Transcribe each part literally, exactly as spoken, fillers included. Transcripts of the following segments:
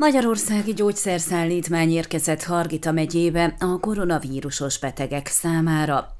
Magyarországi gyógyszerszállítmány érkezett Hargita megyébe a koronavírusos betegek számára.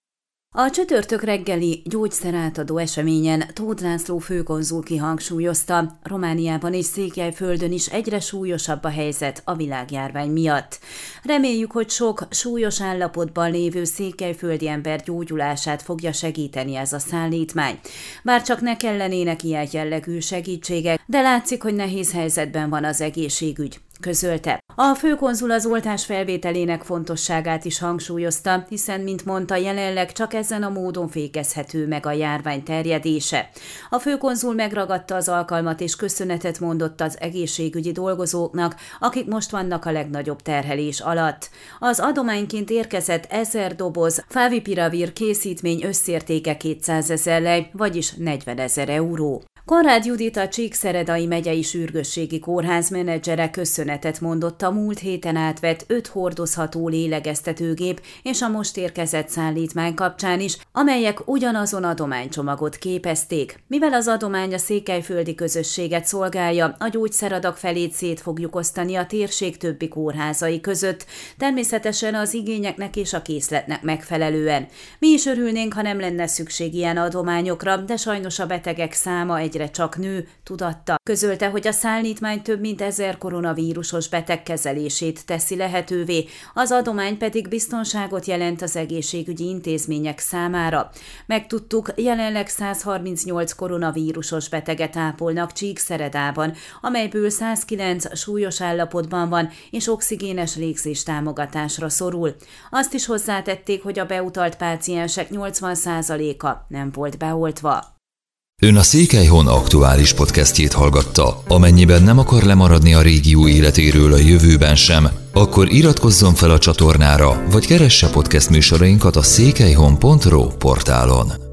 A csütörtök reggeli gyógyszerátadó eseményen Tóth László főkonzul kihangsúlyozta, Romániában és Székelyföldön is egyre súlyosabb a helyzet a világjárvány miatt. Reméljük, hogy sok súlyos állapotban lévő székelyföldi ember gyógyulását fogja segíteni ez a szállítmány. Bár csak ne kellenének ilyen jellegű segítségek, de látszik, hogy nehéz helyzetben van az egészségügy, közölte. A főkonzul az oltás felvételének fontosságát is hangsúlyozta, hiszen, mint mondta, jelenleg csak ezen a módon fékezhető meg a járvány terjedése. A főkonzul megragadta az alkalmat és köszönetet mondott az egészségügyi dolgozóknak, akik most vannak a legnagyobb terhelés alatt. Az adományként érkezett ezer doboz Favipiravir készítmény összértéke kétszázezer lej, vagyis negyvenezer euró. Konrád Judit, a Csíkszeredai megyei sürgősségi kórház menedzsere köszönetet mondott a múlt héten átvett öt hordozható lélegeztetőgép és a most érkezett szállítmány kapcsán is, amelyek ugyanazon adománycsomagot képezték. Mivel az adomány a székelyföldi közösséget szolgálja, a gyógyszeradag felét szét fogjuk osztani a térség többi kórházai között, természetesen az igényeknek és a készletnek megfelelően. Mi is örülnénk, ha nem lenne szükség ilyen adományokra, de sajnos a betegek száma egy egyre csak nő, tudatta. Közölte, hogy a szállítmány több mint ezer koronavírusos beteg kezelését teszi lehetővé, az adomány pedig biztonságot jelent az egészségügyi intézmények számára. Megtudtuk, jelenleg száz harmincnyolc koronavírusos beteget ápolnak Csíkszeredában, amelyből száz kilenc súlyos állapotban van és oxigénes légzés támogatásra szorul. Azt is hozzátették, hogy a beutalt páciensek nyolcvan százaléka nem volt beoltva. Ön a Székelyhon aktuális podcastjét hallgatta. Amennyiben nem akar lemaradni a régió életéről a jövőben sem, akkor iratkozzon fel a csatornára, vagy keresse podcast műsorainkat a székelyhon pont ro portálon.